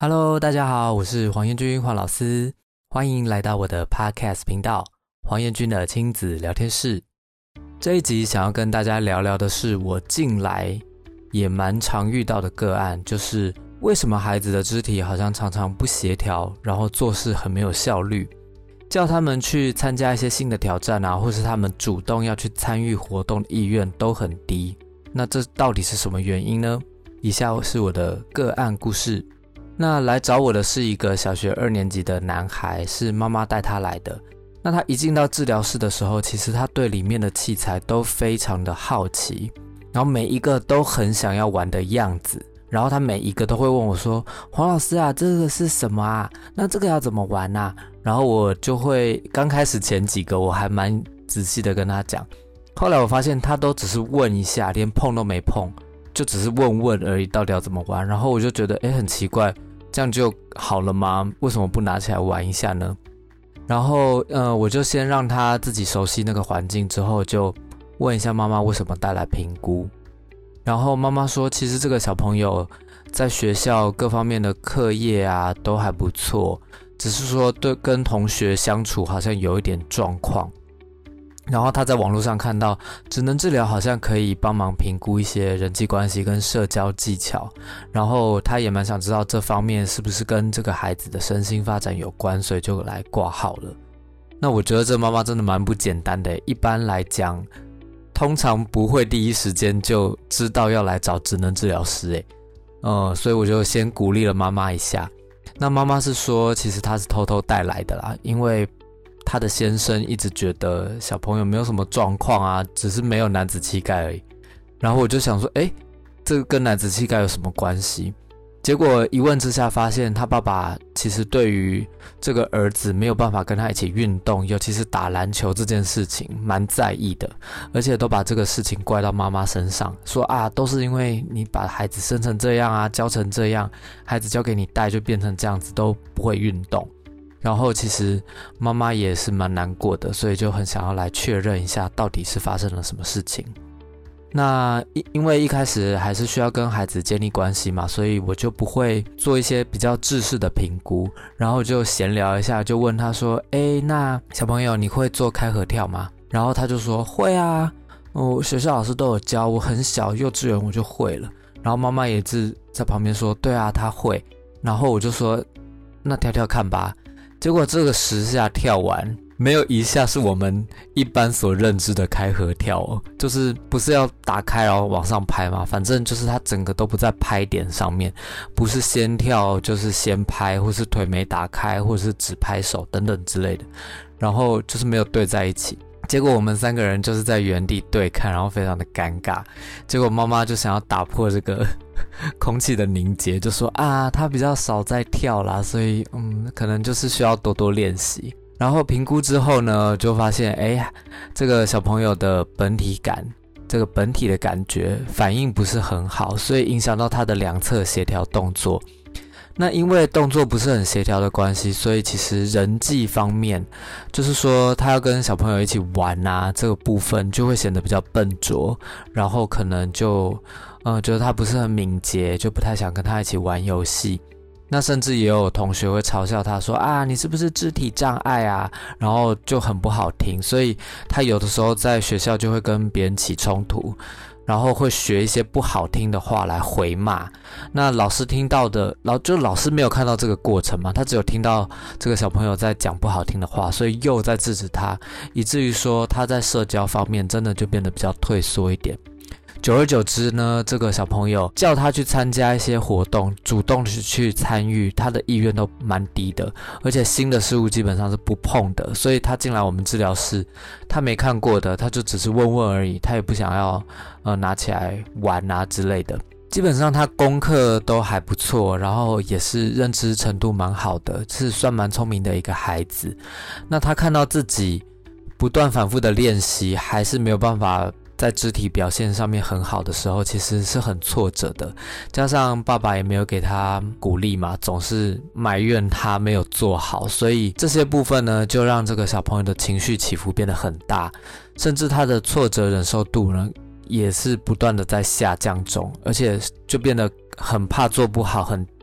Hello， 大家好，我是黄彦君黄老师，欢迎来到我的 Podcast 频道黄彦君的亲子聊天室。这一集想要跟大家聊聊的是我近来也蛮常遇到的个案，就是为什么孩子的肢体好像常常不协调，然后做事很没有效率，叫他们去参加一些新的挑战啊，或是他们主动要去参与活动的意愿都很低。那这到底是什么原因呢？以下是我的个案故事。那来找我的是一个小学2年级的男孩，是妈妈带他来的。那他一进到治疗室的时候，其实他对里面的器材都非常的好奇，然后每一个都很想要玩的样子，然后他每一个都会问我说，黄老师啊，这个是什么啊？那这个要怎么玩啊？然后我就会刚开始前几个我还蛮仔细的跟他讲，后来我发现他都只是问一下，连碰都没碰，就只是问问而已，到底要怎么玩？然后我就觉得很奇怪，这样就好了吗？为什么不拿起来玩一下呢？然后我就先让他自己熟悉那个环境，之后就问一下妈妈为什么带来评估。然后妈妈说，其实这个小朋友在学校各方面的课业啊都还不错，只是说对跟同学相处好像有一点状况。然后他在网络上看到职能治疗好像可以帮忙评估一些人际关系跟社交技巧，然后他也蛮想知道这方面是不是跟这个孩子的身心发展有关，所以就来挂号了。那我觉得这妈妈真的蛮不简单的，一般来讲通常不会第一时间就知道要来找职能治疗师所以我就先鼓励了妈妈一下。那妈妈是说其实她是偷偷带来的啦，因为他的先生一直觉得小朋友没有什么状况啊，只是没有男子气概而已。然后我就想说，这个跟男子气概有什么关系？结果一问之下发现，他爸爸其实对于这个儿子没有办法跟他一起运动，尤其是打篮球这件事情蛮在意的，而且都把这个事情怪到妈妈身上，说啊，都是因为你把孩子生成这样啊，教成这样，孩子交给你带就变成这样子，都不会运动。然后其实妈妈也是蛮难过的，所以就很想要来确认一下到底是发生了什么事情。那因为一开始还是需要跟孩子建立关系嘛，所以我就不会做一些比较制式的评估，然后就闲聊一下，就问他说，那小朋友你会做开合跳吗？然后他就说会啊，学校老师都有教，我很小幼稚园我就会了。然后妈妈也是在旁边说对啊他会，然后我就说那跳跳看吧。结果这个10下跳完，没有一下是我们一般所认知的开合跳就是不是要打开然后往上拍嘛，反正就是它整个都不在拍点上面，不是先跳就是先拍，或是腿没打开，或是只拍手等等之类的，然后就是没有对在一起。结果我们3个人就是在原地对看，然后非常的尴尬。结果妈妈就想要打破这个空气的凝结，就说啊，他比较少在跳啦，所以可能就是需要多多练习。然后评估之后呢，就发现这个小朋友的本体感，这个本体的感觉反应不是很好，所以影响到他的两侧协调动作。那因为动作不是很协调的关系，所以其实人际方面，就是说他要跟小朋友一起玩啊，这个部分就会显得比较笨拙，然后可能就觉得他不是很敏捷，就不太想跟他一起玩游戏。那甚至也有同学会嘲笑他说啊，你是不是肢体障碍啊？然后就很不好听，所以他有的时候在学校就会跟别人起冲突，然后会学一些不好听的话来回骂。那老师听到的，老师没有看到这个过程嘛，他只有听到这个小朋友在讲不好听的话，所以又在制止他，以至于说他在社交方面真的就变得比较退缩一点。久而久之呢，这个小朋友叫他去参加一些活动，主动去参与，他的意愿都蛮低的，而且新的事物基本上是不碰的。所以他进来我们治疗室，他没看过的，他就只是问问而已，他也不想要拿起来玩啊之类的。基本上他功课都还不错，然后也是认知程度蛮好的，是算蛮聪明的一个孩子。那他看到自己不断反复的练习，还是没有办法在肢体表现上面很好的时候，其实是很挫折的。加上爸爸也没有给他鼓励嘛，总是埋怨他没有做好，所以这些部分呢，就让这个小朋友的情绪起伏变得很大，甚至他的挫折忍受度呢，也是不断的在下降中，而且就变得很怕做不好，很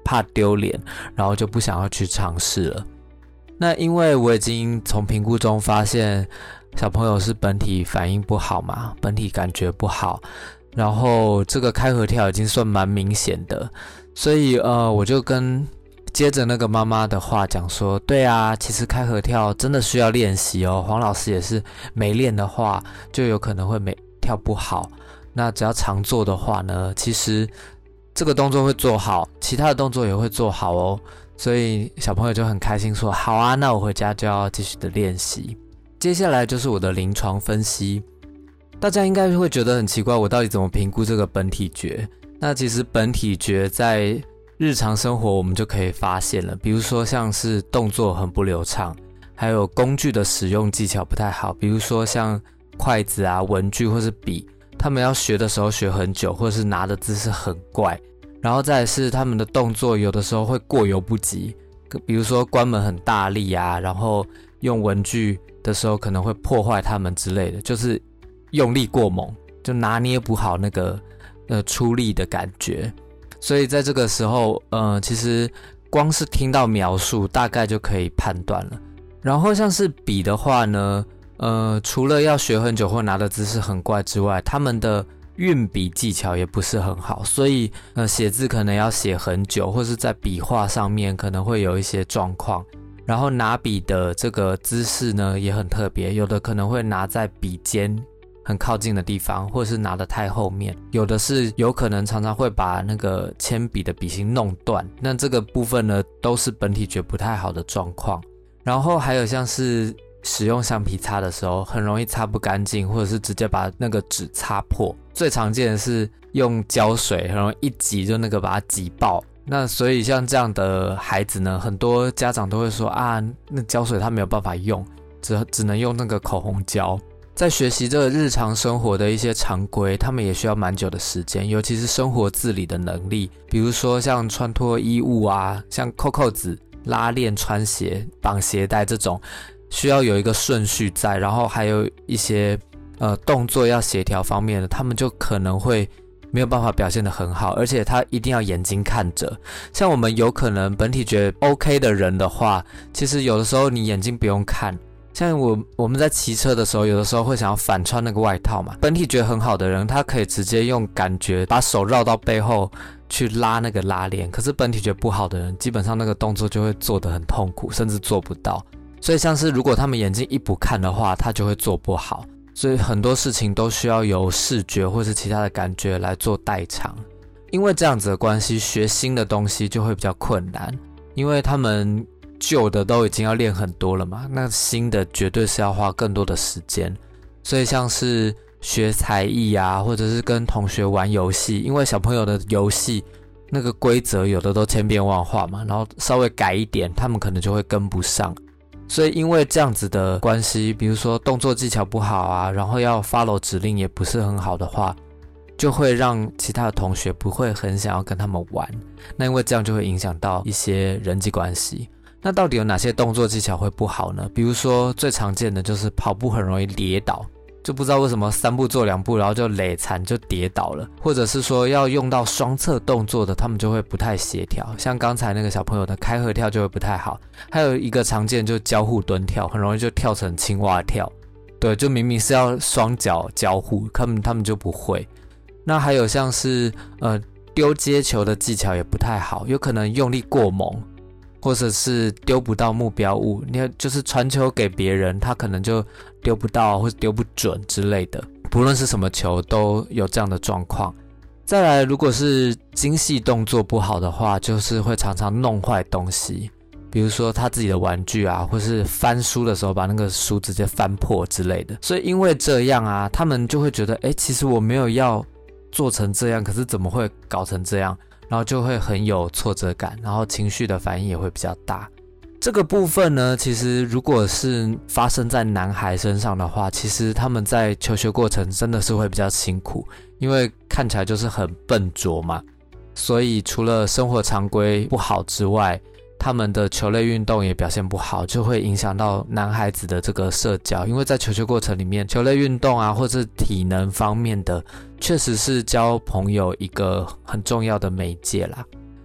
怕丢脸，然后就不想要去尝试了。那因为我已经从评估中发现小朋友是本体反应不好嘛，本体感觉不好，然后这个开合跳已经算蛮明显的，所以我就接着那个妈妈的话讲说，对啊，其实开合跳真的需要练习哦，黄老师也是没练的话就有可能会跳不好，那只要常做的话呢，其实这个动作会做好，其他的动作也会做好哦。所以小朋友就很开心说，好啊，那我回家就要继续的练习。接下来就是我的临床分析。大家应该会觉得很奇怪，我到底怎么评估这个本体觉？那其实本体觉在日常生活我们就可以发现了，比如说像是动作很不流畅，还有工具的使用技巧不太好，比如说像筷子啊、文具或是笔，他们要学的时候学很久，或者是拿的姿势很怪，然后再来是他们的动作有的时候会过犹不及，比如说关门很大力啊，然后用文具的时候可能会破坏他们之类的，就是用力过猛，就拿捏不好那个出力的感觉。所以在这个时候其实光是听到描述大概就可以判断了。然后像是笔的话呢，除了要学很久或拿的姿势很怪之外，他们的运笔技巧也不是很好，所以写字可能要写很久，或是在笔画上面可能会有一些状况。然后拿笔的这个姿势呢也很特别，有的可能会拿在笔尖很靠近的地方，或是拿得太后面，有的是有可能常常会把那个铅笔的笔芯弄断，那这个部分呢都是本体觉不太好的状况。然后还有像是使用橡皮擦的时候很容易擦不干净，或者是直接把那个纸擦破。最常见的是用胶水很容易一挤就把它挤爆，那所以像这样的孩子呢，很多家长都会说啊，那胶水他没有办法用，只能用那个口红胶。在学习这个日常生活的一些常规，他们也需要蛮久的时间，尤其是生活自理的能力，比如说像穿脱衣物啊，像扣子、拉链、穿鞋、绑鞋带这种需要有一个顺序在，然后还有一些动作要协调方面的，他们就可能会没有办法表现得很好，而且他一定要眼睛看着。像我们有可能本体觉 OK 的人的话，其实有的时候你眼睛不用看，像我们在骑车的时候，有的时候会想要反穿那个外套嘛，本体觉很好的人，他可以直接用感觉把手绕到背后去拉那个拉链，可是本体觉不好的人，基本上那个动作就会做得很痛苦，甚至做不到。所以像是如果他们眼睛一不看的话，他就会做不好。所以很多事情都需要由视觉或是其他的感觉来做代偿。因为这样子的关系，学新的东西就会比较困难，因为他们旧的都已经要练很多了嘛，那新的绝对是要花更多的时间。所以像是学才艺啊，或者是跟同学玩游戏，因为小朋友的游戏那个规则有的都千变万化嘛，然后稍微改一点，他们可能就会跟不上。所以因为这样子的关系，比如说动作技巧不好啊，然后要 follow 指令也不是很好的话，就会让其他的同学不会很想要跟他们玩。那因为这样就会影响到一些人际关系。那到底有哪些动作技巧会不好呢？比如说最常见的就是跑步很容易跌倒，就不知道为什么3步做2步，然后就累惨就跌倒了，或者是说要用到双侧动作的，他们就会不太协调，像刚才那个小朋友的开合跳就会不太好。还有一个常见就交互蹲跳，很容易就跳成青蛙跳，对，就明明是要双脚交互，他们就不会。那还有像是丢接球的技巧也不太好，有可能用力过猛，或者是丢不到目标物，你就是传球给别人，他可能就丢不到或者丢不准之类的，不论是什么球都有这样的状况。再来，如果是精细动作不好的话，就是会常常弄坏东西，比如说他自己的玩具啊，或是翻书的时候把那个书直接翻破之类的。所以因为这样啊，他们就会觉得其实我没有要做成这样，可是怎么会搞成这样，然后就会很有挫折感，然后情绪的反应也会比较大。这个部分呢，其实如果是发生在男孩身上的话，其实他们在求学过程真的是会比较辛苦，因为看起来就是很笨拙嘛，所以除了生活常规不好之外，他们的球类运动也表现不好，就会影响到男孩子的这个社交。因为在求学过程里面，球类运动啊，或是体能方面的，确实是交朋友一个很重要的媒介啦。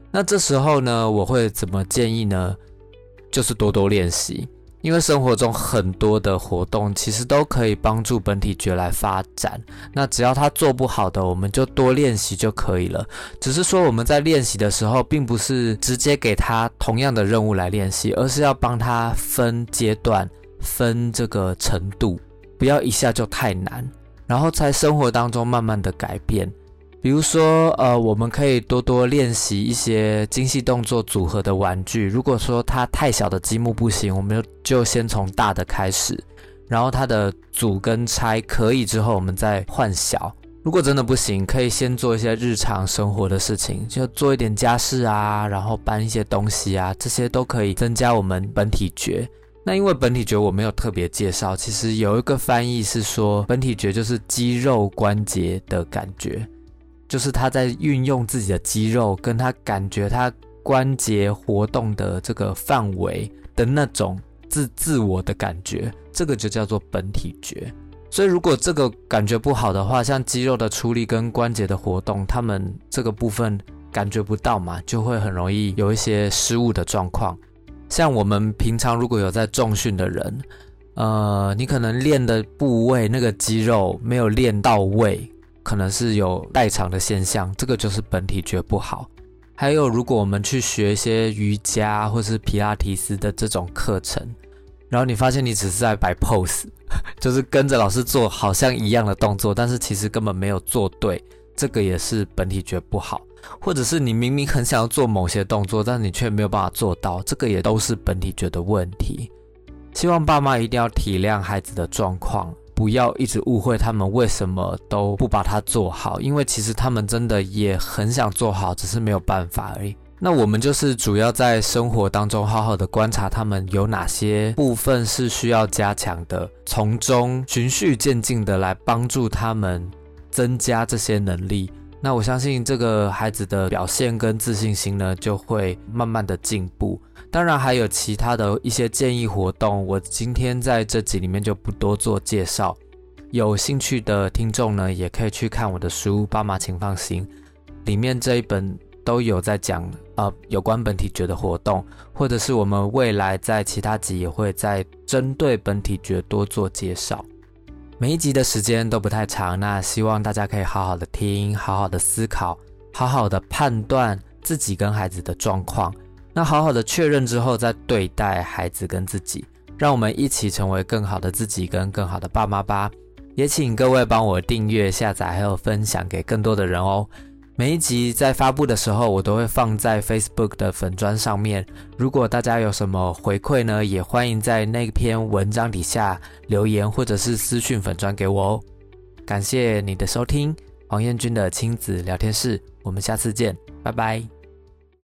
那这时候呢，我会怎么建议呢？就是多多练习，因为生活中很多的活动其实都可以帮助本体觉来发展。那只要他做不好的，我们就多练习就可以了。只是说我们在练习的时候，并不是直接给他同样的任务来练习，而是要帮他分阶段、分这个程度，不要一下就太难，然后在生活当中慢慢的改变。比如说我们可以多多练习一些精细动作组合的玩具。如果说它太小的积木不行，我们就先从大的开始，然后它的组跟拆可以之后，我们再换小。如果真的不行，可以先做一些日常生活的事情，就做一点家事啊，然后搬一些东西啊，这些都可以增加我们本体觉。那因为本体觉我没有特别介绍，其实有一个翻译是说本体觉就是肌肉关节的感觉，就是他在运用自己的肌肉，跟他感觉他关节活动的这个范围的那种自我的感觉，这个就叫做本体觉。所以如果这个感觉不好的话，像肌肉的出力跟关节的活动，他们这个部分感觉不到嘛，就会很容易有一些失误的状况。像我们平常如果有在重训的人，你可能练的部位那个肌肉没有练到位，可能是有代偿的现象，这个就是本体觉不好。还有如果我们去学一些瑜伽或是皮拉提斯的这种课程，然后你发现你只是在摆 pose， 就是跟着老师做好像一样的动作，但是其实根本没有做对，这个也是本体觉不好。或者是你明明很想要做某些动作，但你却没有办法做到，这个也都是本体觉的问题。希望爸妈一定要体谅孩子的状况，不要一直误会他们为什么都不把它做好，因为其实他们真的也很想做好，只是没有办法而已。那我们就是主要在生活当中好好的观察他们有哪些部分是需要加强的，从中循序渐进的来帮助他们增加这些能力。那我相信这个孩子的表现跟自信心呢，就会慢慢的进步。当然还有其他的一些建议活动，我今天在这集里面就不多做介绍。有兴趣的听众呢，也可以去看我的书《爸妈请放心》，里面这一本都有在讲有关本体觉的活动，或者是我们未来在其他集也会再针对本体觉多做介绍。每一集的时间都不太长，那希望大家可以好好的听，好好的思考，好好的判断自己跟孩子的状况，那好好的确认之后再对待孩子跟自己，让我们一起成为更好的自己跟更好的爸妈吧。也请各位帮我订阅、下载还有分享给更多的人哦。每一集在发布的时候，我都会放在 Facebook 的粉专上面。如果大家有什么回馈呢，也欢迎在那篇文章底下留言，或者是私讯粉专给我哦。感谢你的收听，黄彦君的亲子聊天室，我们下次见，拜拜。